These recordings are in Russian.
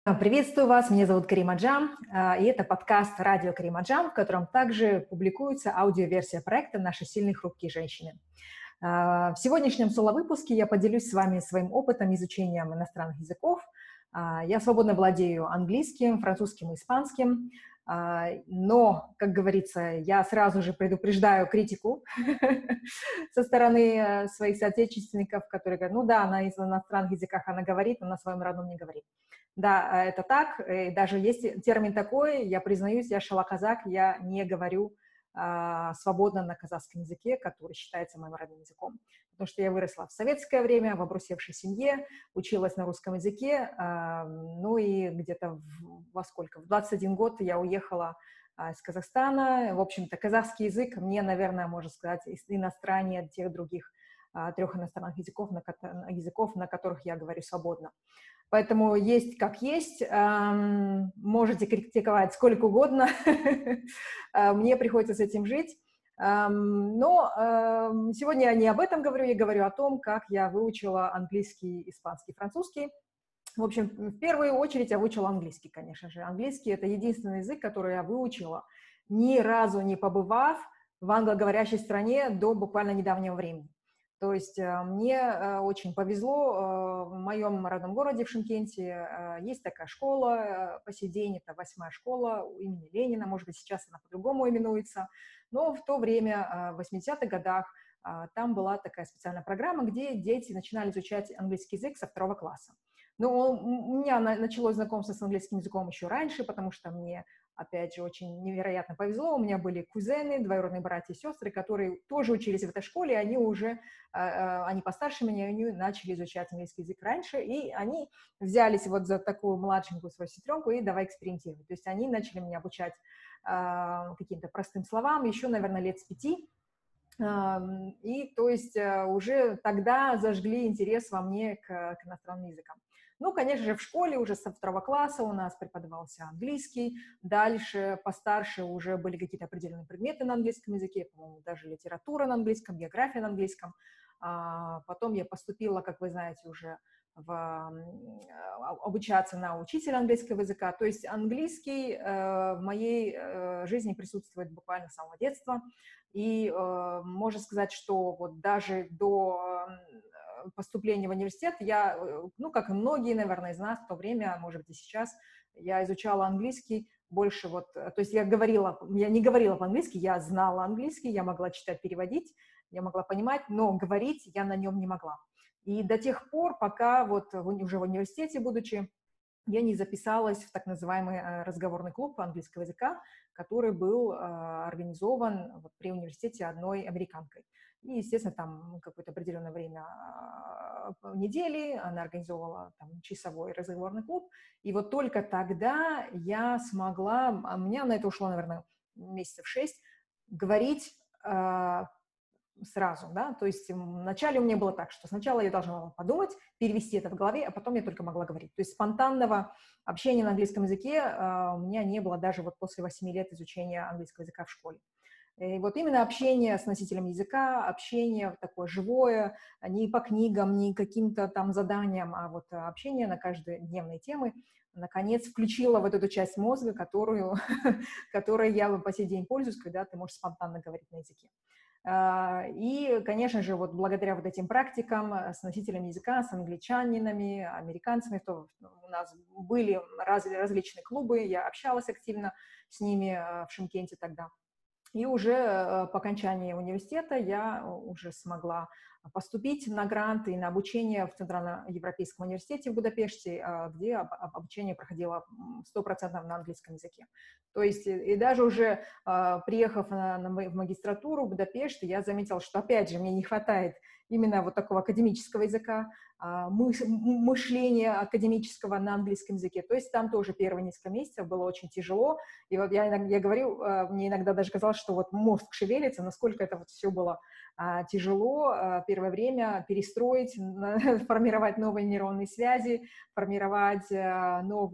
Приветствую вас, меня зовут Карима Джам, и это подкаст «Радио Карима Джам», в котором также публикуется аудиоверсия проекта «Наши сильные хрупкие женщины». В сегодняшнем соло-выпуске я поделюсь с вами своим опытом изучения иностранных языков. Я свободно владею английским, французским и испанским, но, как говорится, я сразу же предупреждаю критику со стороны своих соотечественников, которые говорят, ну да, на иностранных языках она говорит, но на своем родном не говорит. Да, это так. И даже есть термин такой, я признаюсь, я шала-казак, я не говорю свободно на казахском языке, который считается моим родным языком. Потому что я выросла в советское время, в обрусевшей семье, училась на русском языке, ну и где-то во сколько? В 21 год я уехала из Казахстана. В общем-то, казахский язык мне, наверное, можно сказать, иностраннее тех других 3 иностранных языков, на которых я говорю свободно. Поэтому есть как есть, можете критиковать сколько угодно, мне приходится с этим жить. Но сегодня я не об этом говорю, я говорю о том, как я выучила английский, испанский, французский. В общем, в первую очередь я выучила английский, конечно же. Английский — это единственный язык, который я выучила, ни разу не побывав в англоговорящей стране до буквально недавнего времени. То есть мне очень повезло. В моем родном городе, в Шымкенте, есть такая школа по сей день, это 8-я школа имени Ленина, может быть, сейчас она по-другому именуется, но в то время, в 80-х годах, там была такая специальная программа, где дети начинали изучать английский язык со 2 класса. Но у меня началось знакомство с английским языком еще раньше, потому что мне, опять же, очень невероятно повезло. У меня были кузены, двоюродные братья и сестры, которые тоже учились в этой школе, они постарше меня, они начали изучать английский язык раньше, и они взялись вот за такую младшенькую свою сестренку и давай экспериментировать. То есть они начали меня обучать каким-то простым словам еще, наверное, лет с 5. И, то есть, уже тогда зажгли интерес во мне к иностранным языкам. Ну, конечно же, в школе уже со 2 класса у нас преподавался английский, дальше, постарше уже были какие-то определенные предметы на английском языке, по-моему, даже литература на английском, география на английском. Потом я поступила, как вы знаете, уже обучаться на учителя английского языка. То есть английский в моей жизни присутствует буквально с самого детства. И можно сказать, что вот даже до поступления в университет я, ну, как и многие, наверное, из нас в то время, может быть, и сейчас, я изучала английский больше вот, то есть я не говорила по-английски, я знала английский, я могла читать, переводить, я могла понимать, но говорить я на нем не могла. И до тех пор, пока вот уже в университете, будучи, я не записалась в так называемый разговорный клуб английского языка, который был организован вот при университете одной американкой. И, естественно, там какое-то определенное время недели она организовывала там часовой разговорный клуб. И вот только тогда я смогла, у меня на это ушло, наверное, месяцев 6, говорить сразу, да, то есть вначале у меня было так, что сначала я должна была подумать, перевести это в голове, а потом я только могла говорить. То есть спонтанного общения на английском языке у меня не было даже вот после 8 лет изучения английского языка в школе. И вот именно общение с носителем языка, общение такое живое, не по книгам, не каким-то там заданиям, а вот общение на каждодневные темы, наконец включила вот эту часть мозга, которой я по сей день пользуюсь, когда ты можешь спонтанно говорить на языке. И, конечно же, вот благодаря вот этим практикам с носителями языка, с англичанинами, американцами, то у нас были различные клубы, я общалась активно с ними в Шымкенте тогда. И уже по окончании университета я уже смогла поступить на грант и на обучение в Центральноевропейском университете в Будапеште, где обучение проходило 100% на английском языке. То есть и даже уже приехав в магистратуру в Будапешт, я заметила, что опять же мне не хватает именно вот такого академического языка, мышления академического на английском языке. То есть там тоже первые несколько месяцев было очень тяжело. И вот я говорю, мне иногда даже казалось, что вот мозг шевелится, насколько это вот все было тяжело первое время перестроить, формировать новые нейронные связи, формировать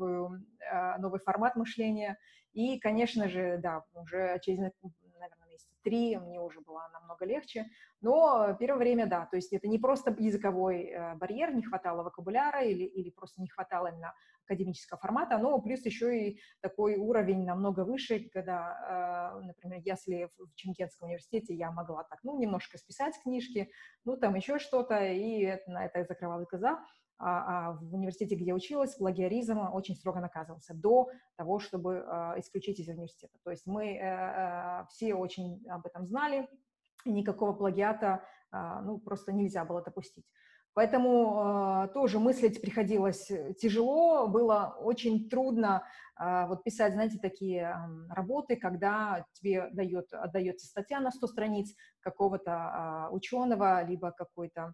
новый формат мышления. И, конечно же, да, уже через, наверное, месяцев 3 мне уже было намного легче, но первое время, да, то есть это не просто языковой барьер, не хватало вокабуляра или просто не хватало именно академического формата, но плюс еще и такой уровень намного выше, когда, например, если в Чимкентском университете я могла так, ну, немножко списать книжки, ну, там еще что-то, и на это я закрывала глаза, а в университете, где я училась, плагиаризм очень строго наказывался до того, чтобы исключить из университета. То есть мы все очень об этом знали, и никакого плагиата ну, просто нельзя было допустить. Поэтому тоже мыслить приходилось тяжело, было очень трудно вот писать, знаете, такие работы, когда тебе отдается статья на 100 страниц какого-то ученого, либо какой-то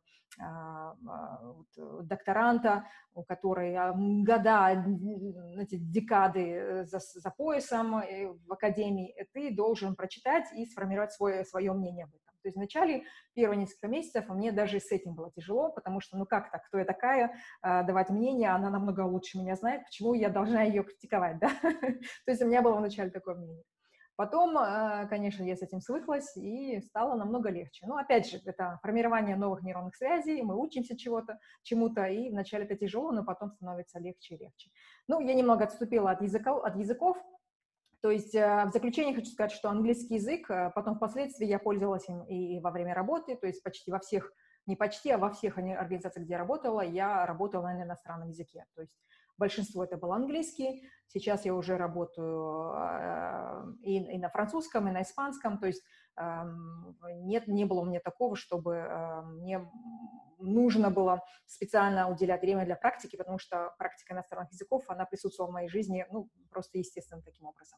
докторанта, у которой года, знаете, декады за поясом в академии, и ты должен прочитать и сформировать свое мнение об этом. То есть вначале, первые несколько месяцев, мне даже с этим было тяжело, потому что, ну как так, кто я такая, давать мнение, она намного лучше меня знает, почему я должна ее критиковать, да? То есть у меня было вначале такое мнение. Потом, конечно, я с этим свыклась, и стало намного легче. Но, опять же, это формирование новых нейронных связей, мы учимся чему-то, и вначале это тяжело, но потом становится легче и легче. Ну, я немного отступила от языков. То есть в заключение хочу сказать, что английский язык, потом впоследствии я пользовалась им и во время работы, то есть почти во всех, не почти, а во всех организациях, где я работала на иностранном языке. То есть большинство это был английский, сейчас я уже работаю и на французском, и на испанском, то есть не было у меня такого, чтобы мне нужно было специально уделять время для практики, потому что практика иностранных языков, она присутствовала в моей жизни, ну, просто естественно таким образом.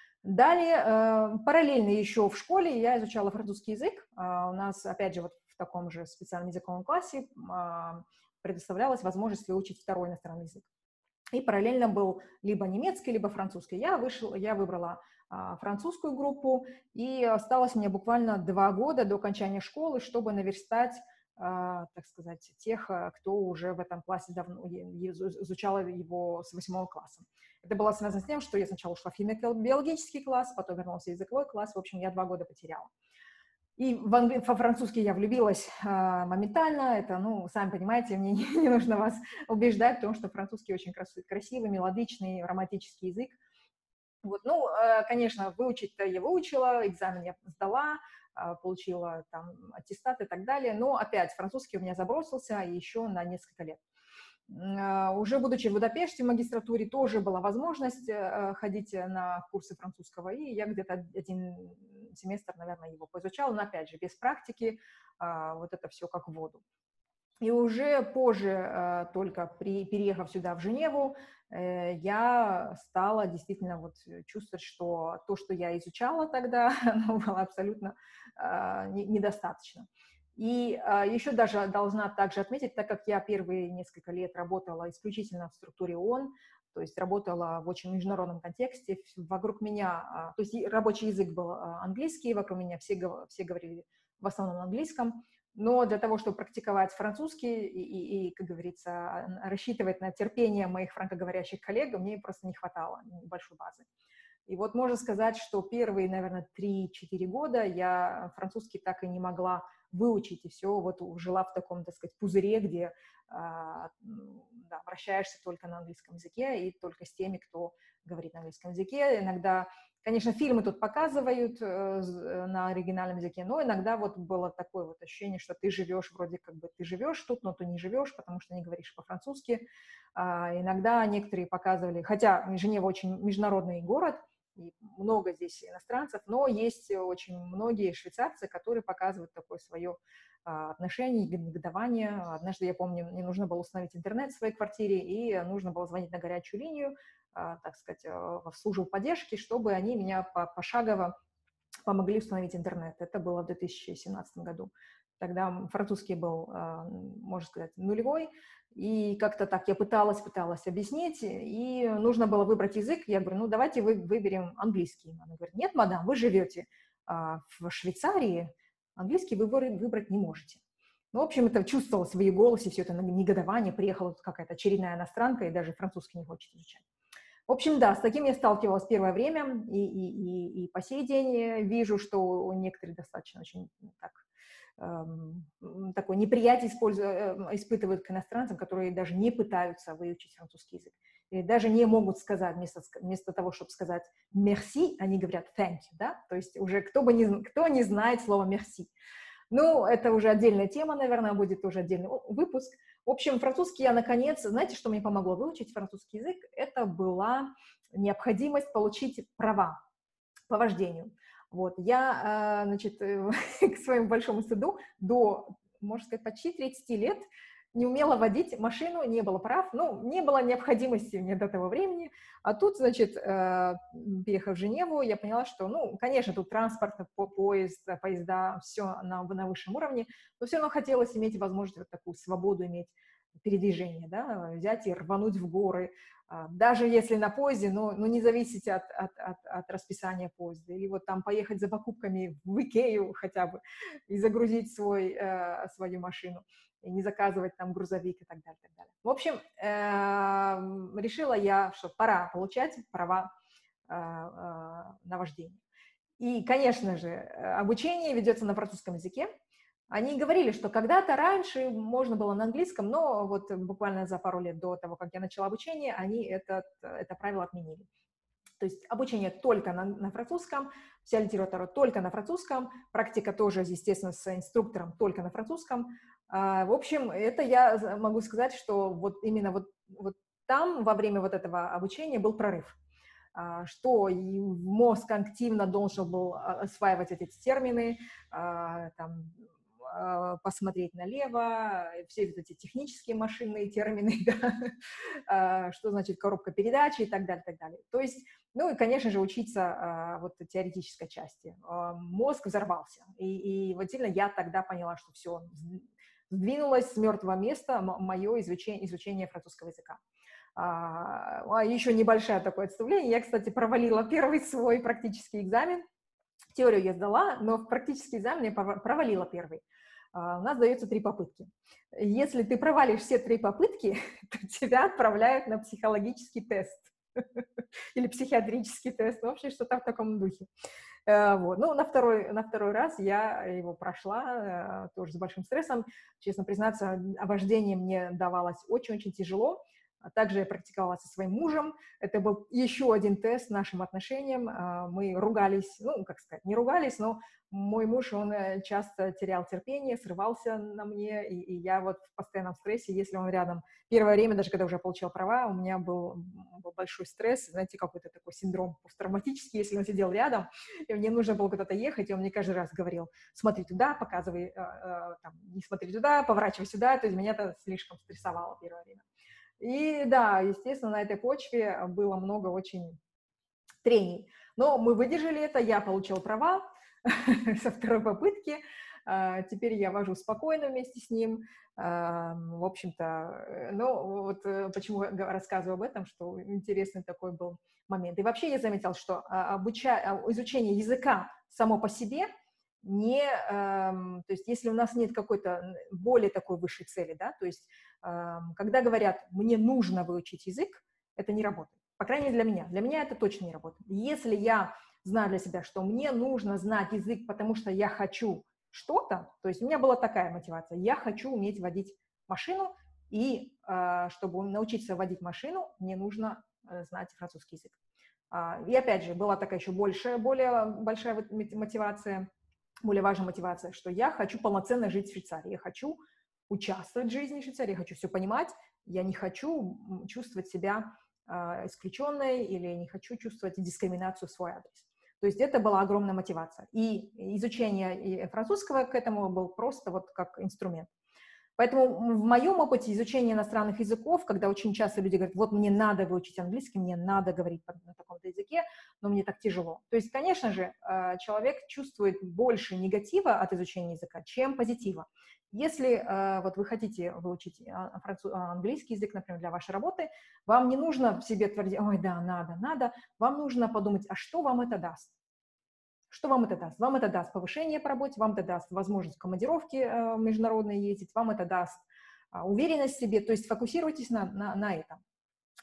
Далее, параллельно еще в школе я изучала французский язык. У нас, опять же, вот в таком же специальном языковом классе предоставлялась возможность выучить второй иностранный язык. И параллельно был либо немецкий, либо французский. Я выбрала французскую группу, и осталось мне буквально 2 года до окончания школы, чтобы наверстать, так сказать, тех, кто уже в этом классе давно изучал его с 8 класса. Это было связано с тем, что я сначала ушла в химико-биологический класс, потом вернулась в языковой класс, в общем, я 2 года потеряла. И во французский я влюбилась моментально. Это, ну, сами понимаете, мне не нужно вас убеждать в том, что французский очень красивый, мелодичный, романтический язык. Вот, ну, конечно, выучить-то я выучила, экзамен я сдала, получила там аттестат и так далее, но опять французский у меня забросился еще на несколько лет. Уже будучи в Будапеште в магистратуре, тоже была возможность ходить на курсы французского, и я где-то 1 семестр, наверное, его поизучала, но, опять же, без практики, вот это все как в воду. И уже позже, только переехав сюда, в Женеву, я стала действительно вот чувствовать, что то, что я изучала тогда, оно было абсолютно недостаточно. И еще даже должна также отметить, так как я первые несколько лет работала исключительно в структуре ООН, то есть работала в очень международном контексте, вокруг меня, то есть рабочий язык был английский, вокруг меня все говорили в основном на английском, но для того, чтобы практиковать французский и, как говорится, рассчитывать на терпение моих франкоговорящих коллег, мне просто не хватало большой базы. И вот можно сказать, что первые, наверное, 3-4 года я французский так и не могла выучить, и все, вот жила в таком, так сказать, пузыре, где да, вращаешься только на английском языке и только с теми, кто говорит на английском языке. Иногда, конечно, фильмы тут показывают на оригинальном языке, но иногда вот было такое вот ощущение, что ты живешь, вроде как бы ты живешь тут, но ты не живешь, потому что не говоришь по-французски. Иногда некоторые показывали, хотя Женева очень международный город, и много здесь иностранцев, но есть очень многие швейцарцы, которые показывают такое свое отношение, негодование. Однажды, я помню, мне нужно было установить интернет в своей квартире, и нужно было звонить на горячую линию, так сказать, в службу поддержки, чтобы они меня пошагово помогли установить интернет. Это было в 2017 году. Тогда французский был, можно сказать, нулевой, и как-то так я пыталась объяснить, и нужно было выбрать язык. Я говорю, ну, давайте выберем английский. Она говорит, нет, мадам, вы живете в Швейцарии, английский вы выбрать не можете. Ну, в общем, это чувствовалось в ее голосе, все это негодование, приехала тут какая-то очередная иностранка и даже французский не хочет изучать. В общем, да, с таким я сталкивалась первое время, и по сей день вижу, что некоторые достаточно очень так, такое неприятие испытывают к иностранцам, которые даже не пытаются выучить французский язык. Или даже не могут сказать, вместо того, чтобы сказать «merci», они говорят «thank you», да? То есть уже кто не знает слова «merci». Ну, это уже отдельная тема, наверное, будет тоже отдельный выпуск. В общем, французский я, наконец, знаете, что мне помогло выучить французский язык? Это была необходимость получить права по вождению. Вот, я, значит, к своему большому стыду до, можно сказать, почти 30 лет не умела водить машину, не было прав, ну, не было необходимости мне до того времени. А тут, значит, переехав в Женеву, я поняла, что, ну, конечно, тут транспорт, поезда, все на высшем уровне, но все равно хотелось иметь возможность вот такую свободу иметь передвижения, да, взять и рвануть в горы, даже если на поезде, но не зависеть от расписания поезда, или вот там поехать за покупками в Икею хотя бы и загрузить свою машину, и не заказывать там грузовик и так далее, так далее. В общем, решила я, что пора получать права на вождение. И, конечно же, обучение ведется на французском языке. Они говорили, что когда-то раньше можно было на английском, но вот буквально за пару лет до того, как я начала обучение, они это правило отменили. То есть обучение только на французском, вся литература только на французском, практика тоже, естественно, с инструктором только на французском. В общем, это я могу сказать, что вот именно вот там во время вот этого обучения был прорыв, что мозг активно должен был осваивать эти термины, там, посмотреть налево, все вот эти технические машинные термины, да, что значит коробка передач и так далее, так далее. То есть, ну и, конечно же, учиться вот теоретической части. Мозг взорвался. И вот сильно я тогда поняла, что все, сдвинулось с мертвого места мое изучение французского языка. Еще небольшое такое отступление. Я, кстати, провалила первый свой практический экзамен. Теорию я сдала, но в практический экзамен я провалила первый. У нас дается 3 попытки. Если ты провалишь все 3 попытки, то тебя отправляют на психологический тест или психиатрический тест, вообще что-то в таком духе. Вот. Ну, на второй раз я его прошла, тоже с большим стрессом. Честно признаться, вождение мне давалось очень-очень тяжело. Также я практиковала со своим мужем. Это был еще один тест нашим отношениям. Мы ругались, ну, как сказать, не ругались, но мой муж, он часто терял терпение, срывался на мне, и я вот в постоянном стрессе, если он рядом. Первое время, даже когда уже получила права, у меня был большой стресс, знаете, какой-то такой синдром посттравматический, если он сидел рядом, и мне нужно было куда-то ехать, и он мне каждый раз говорил: смотри туда, показывай, там, не смотри туда, поворачивай сюда, то есть меня это слишком стрессовало первое время. И да, естественно, на этой почве было много очень трений. Но мы выдержали это, я получила права со второй попытки. Теперь я вожу спокойно вместе с ним. В общем-то, ну вот почему я рассказываю об этом, что интересный такой был момент. И вообще я заметила, что изучение языка само по себе то есть если у нас нет какой-то более такой высшей цели, да, то есть когда говорят «мне нужно выучить язык», это не работает. По крайней мере, для меня это точно не работает. Если я знаю для себя, что мне нужно знать язык, потому что я хочу что-то, то есть у меня была такая мотивация, я хочу уметь водить машину, и чтобы научиться водить машину, мне нужно знать французский язык. И опять же, была такая еще более большая мотивация, более важная мотивация, что я хочу полноценно жить в Швейцарии, я хочу участвовать в жизни в Швейцарии, я хочу все понимать, я не хочу чувствовать себя исключенной или не хочу чувствовать дискриминацию в свой адрес. То есть это была огромная мотивация. И изучение французского к этому был просто вот как инструмент. Поэтому в моем опыте изучения иностранных языков, когда очень часто люди говорят: вот мне надо выучить английский, мне надо говорить на таком-то языке, но мне так тяжело. То есть, конечно же, человек чувствует больше негатива от изучения языка, чем позитива. Если вот вы хотите выучить английский язык, например, для вашей работы, вам не нужно в себе твердить: ой, да, надо. Вам нужно подумать, а что вам это даст? Что вам это даст? Вам это даст повышение по работе, вам это даст возможность в командировки международные ездить, вам это даст уверенность в себе, то есть фокусируйтесь на этом.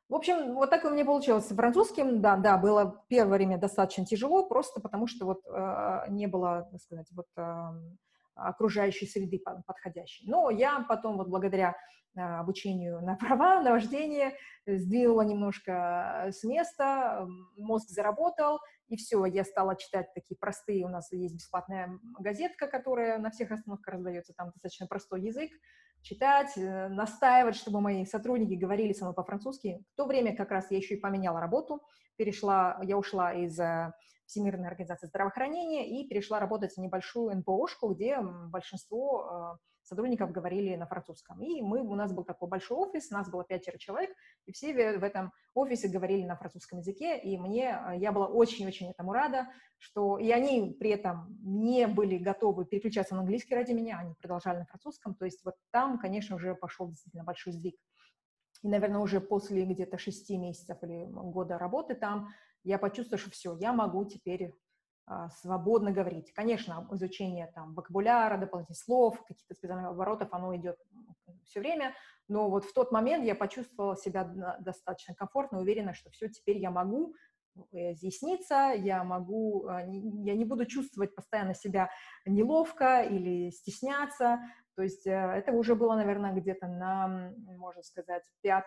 В общем, вот так у меня получилось с французским. Да, да, было первое время достаточно тяжело, просто потому что вот не было, так сказать, вот окружающей среды подходящей. Но я потом вот благодаря обучению на права, на вождение, сдвинула немножко с места, мозг заработал, и все, я стала читать такие простые, у нас есть бесплатная газетка, которая на всех остановках раздается, там достаточно простой язык, читать, настаивать, чтобы мои сотрудники говорили со мной по-французски. В то время как раз я еще и поменяла работу, я ушла из Всемирной организации здравоохранения и перешла работать в небольшую НПОшку, где большинство сотрудников говорили на французском. И у нас был такой большой офис, нас было 5 человек, и все в этом офисе говорили на французском языке, и я была очень-очень этому рада, что и они при этом не были готовы переключаться на английский ради меня, они продолжали на французском, то есть вот там, конечно, уже пошел действительно большой сдвиг. И, наверное, уже после где-то 6 месяцев или года работы там я почувствовала, что все, я могу теперь свободно говорить. Конечно, изучение там вокабуляра, дополнительных слов, каких-то специальных оборотов, оно идет все время, но вот в тот момент я почувствовала себя достаточно комфортно, уверена, что все, теперь я могу изъясниться, я не буду чувствовать постоянно себя неловко или стесняться. То есть это уже было, наверное, где-то можно сказать,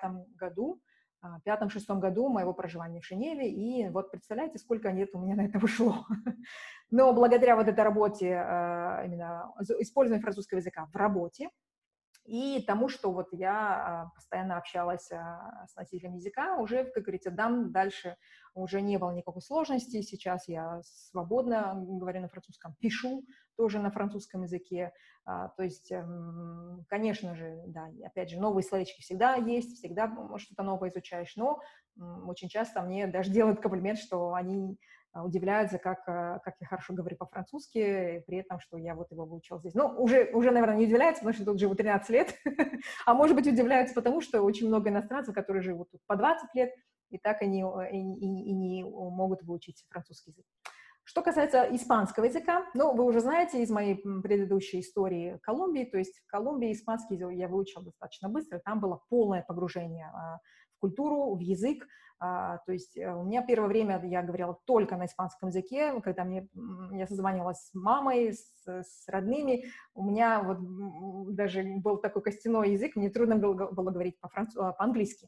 пятом-шестом году моего проживания в Женеве, и вот представляете, сколько лет у меня на это ушло. Но благодаря вот этой работе, именно использованию французского языка в работе, и тому, что вот я постоянно общалась с носителем языка, уже, как говорится, дальше уже не было никакой сложности. Сейчас я свободно говорю на французском, пишу тоже на французском языке. То есть, конечно же, да, опять же, новые словечки всегда есть, всегда что-то новое изучаешь, но очень часто мне даже делают комплимент, что они удивляются, как я хорошо говорю по-французски, при этом, что я вот его выучила здесь. Ну, уже, наверное, не удивляются, потому что тут живу 13 лет, а может быть удивляются потому, что очень много иностранцев, которые живут тут по 20 лет, и так они и не могут выучить французский язык. Что касается испанского языка, ну, вы уже знаете из моей предыдущей истории Колумбии, то есть в Колумбии испанский язык я выучила достаточно быстро, там было полное погружение в культуру, в язык, то есть у меня первое время я говорила только на испанском языке, когда я созванивалась с мамой, с родными, у меня вот даже был такой костяной язык, мне трудно было говорить по-английски.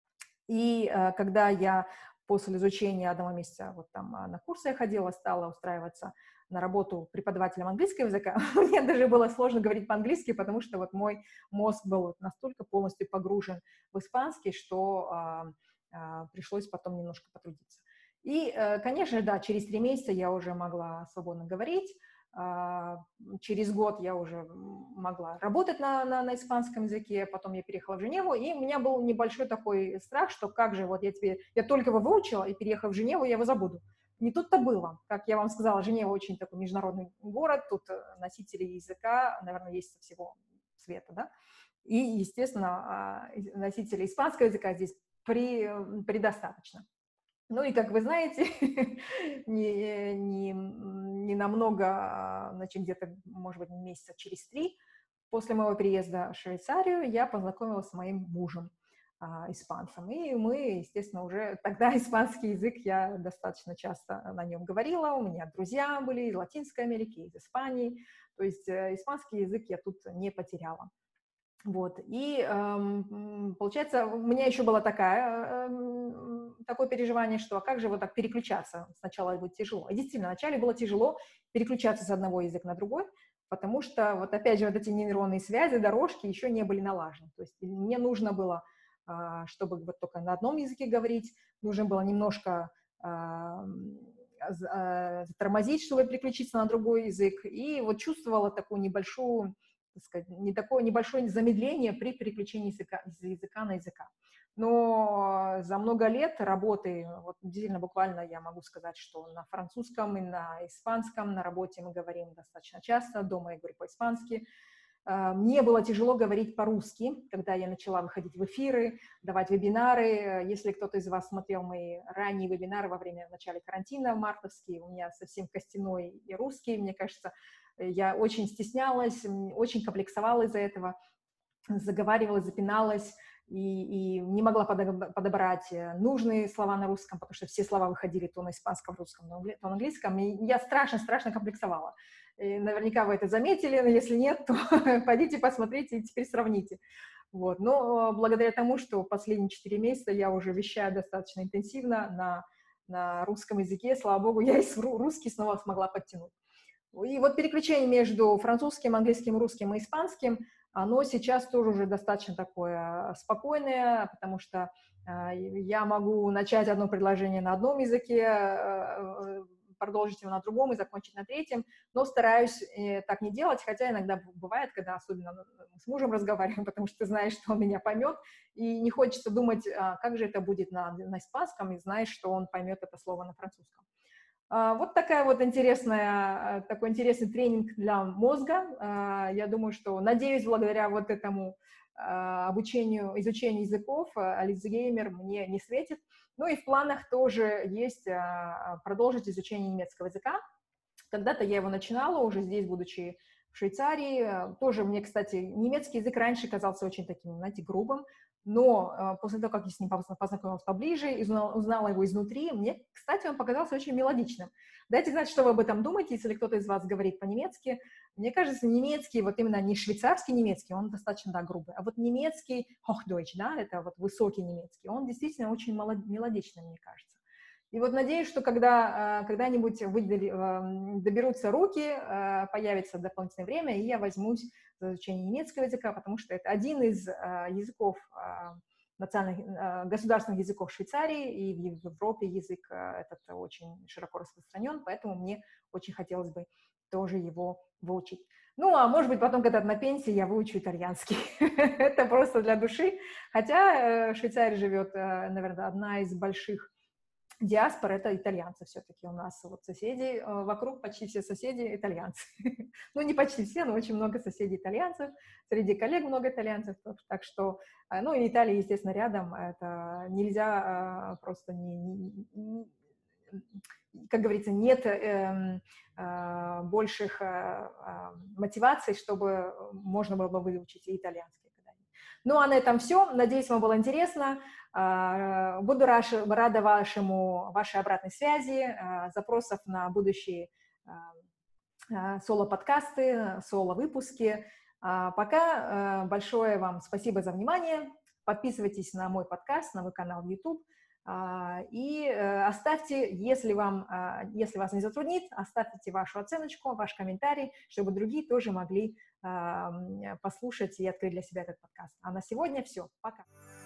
И когда я после изучения одного месяца вот там на курсы я ходила, стала устраиваться на работу преподавателем английского языка, мне даже было сложно говорить по-английски, потому что вот мой мозг был настолько полностью погружен в испанский, что пришлось потом немножко потрудиться. И, конечно, да, через 3 месяца я уже могла свободно говорить, через год я уже могла работать на испанском языке, потом я переехала в Женеву, и у меня был небольшой такой страх, что как же, вот я только его выучила, и переехав в Женеву, я его забуду. Не тут-то было. Как я вам сказала, Женева очень такой международный город, тут носители языка, наверное, есть со всего света, да, и, естественно, носителей испанского языка здесь предостаточно. Ну и, как вы знаете, не намного, значит, где-то, может быть, месяца через 3 после моего переезда в Швейцарию я познакомилась с моим мужем, испанцем. И мы, естественно, уже тогда испанский язык я достаточно часто на нем говорила. У меня друзья были из Латинской Америки, из Испании. То есть испанский язык я тут не потеряла. Вот, и получается, у меня еще было такое переживание, что а как же вот так переключаться? Сначала будет тяжело. И действительно, вначале было тяжело переключаться с одного языка на другой, потому что, вот опять же, вот эти нейронные связи, дорожки еще не были налажены. То есть мне нужно было, чтобы вот только на одном языке говорить, нужно было немножко затормозить, чтобы переключиться на другой язык. И вот чувствовала такую небольшую, так сказать, небольшое замедление при переключении с языка на языка. Но за много лет работы, вот действительно буквально я могу сказать, что на французском и на испанском на работе мы говорим достаточно часто, дома я говорю по-испански. Мне было тяжело говорить по-русски, когда я начала выходить в эфиры, давать вебинары. Если кто-то из вас смотрел мои ранние вебинары во время начала карантина мартовские, у меня совсем костяной и русский, мне кажется, я очень стеснялась, очень комплексовала из-за этого, заговаривалась, запиналась. и не могла подобрать нужные слова на русском, потому что все слова выходили то на испанском, русском, то на английском, и я страшно комплексовала. И наверняка вы это заметили, но если нет, то пойдите посмотрите и теперь сравните. Вот. Но благодаря тому, что последние 4 месяца я уже вещаю достаточно интенсивно на русском языке, слава богу, я и русский снова смогла подтянуть. И вот переключение между французским, английским, русским и испанским, оно сейчас тоже уже достаточно такое спокойное, потому что я могу начать одно предложение на одном языке, продолжить его на другом и закончить на третьем, но стараюсь так не делать, хотя иногда бывает, когда особенно с мужем разговариваем, потому что ты знаешь, что он меня поймет, и не хочется думать, как же это будет на испанском, и знаешь, что он поймет это слово на французском. Вот такой интересный тренинг для мозга. Я думаю, что, надеюсь, благодаря вот этому изучению языков, Альцгеймер мне не светит. Ну и в планах тоже есть продолжить изучение немецкого языка. Когда-то я его начинала, уже здесь, будучи в Швейцарии. Тоже мне, кстати, немецкий язык раньше казался очень таким, знаете, грубым, но после того, как я с ним познакомилась поближе, узнала его изнутри, мне, кстати, он показался очень мелодичным. Дайте знать, что вы об этом думаете, если кто-то из вас говорит по-немецки. Мне кажется, немецкий, вот именно не швейцарский немецкий, он достаточно, да, грубый, а вот немецкий Hochdeutsch, да, это вот высокий немецкий, он действительно очень мелодичный, мне кажется. И вот надеюсь, что когда-нибудь доберутся руки, появится дополнительное время, и я возьмусь за изучение немецкого языка, потому что это один из языков, государственных языков Швейцарии, и в Европе язык этот очень широко распространен, поэтому мне очень хотелось бы тоже его выучить. Ну, а может быть, потом, когда на пенсии, я выучу итальянский. Это просто для души. Хотя в Швейцарии живет, наверное, одна из больших диаспора — это итальянцы все-таки у нас. Вот соседи, вокруг почти все соседи итальянцы. Ну, не почти все, но очень много соседей итальянцев. Среди коллег много итальянцев. Так что, ну, и Италия, естественно, рядом. Это нельзя просто как говорится, нет больших мотиваций, чтобы можно было бы выучить и итальянский когда-нибудь. Ну, а на этом все. Надеюсь, вам было интересно. Буду рада вашей обратной связи, запросов на будущие соло-подкасты, соло-выпуски. Пока большое вам спасибо за внимание. Подписывайтесь на мой подкаст, на мой канал в YouTube. И оставьте, если вас не затруднит, оставьте вашу оценочку, ваш комментарий, чтобы другие тоже могли послушать и открыть для себя этот подкаст. А на сегодня все. Пока.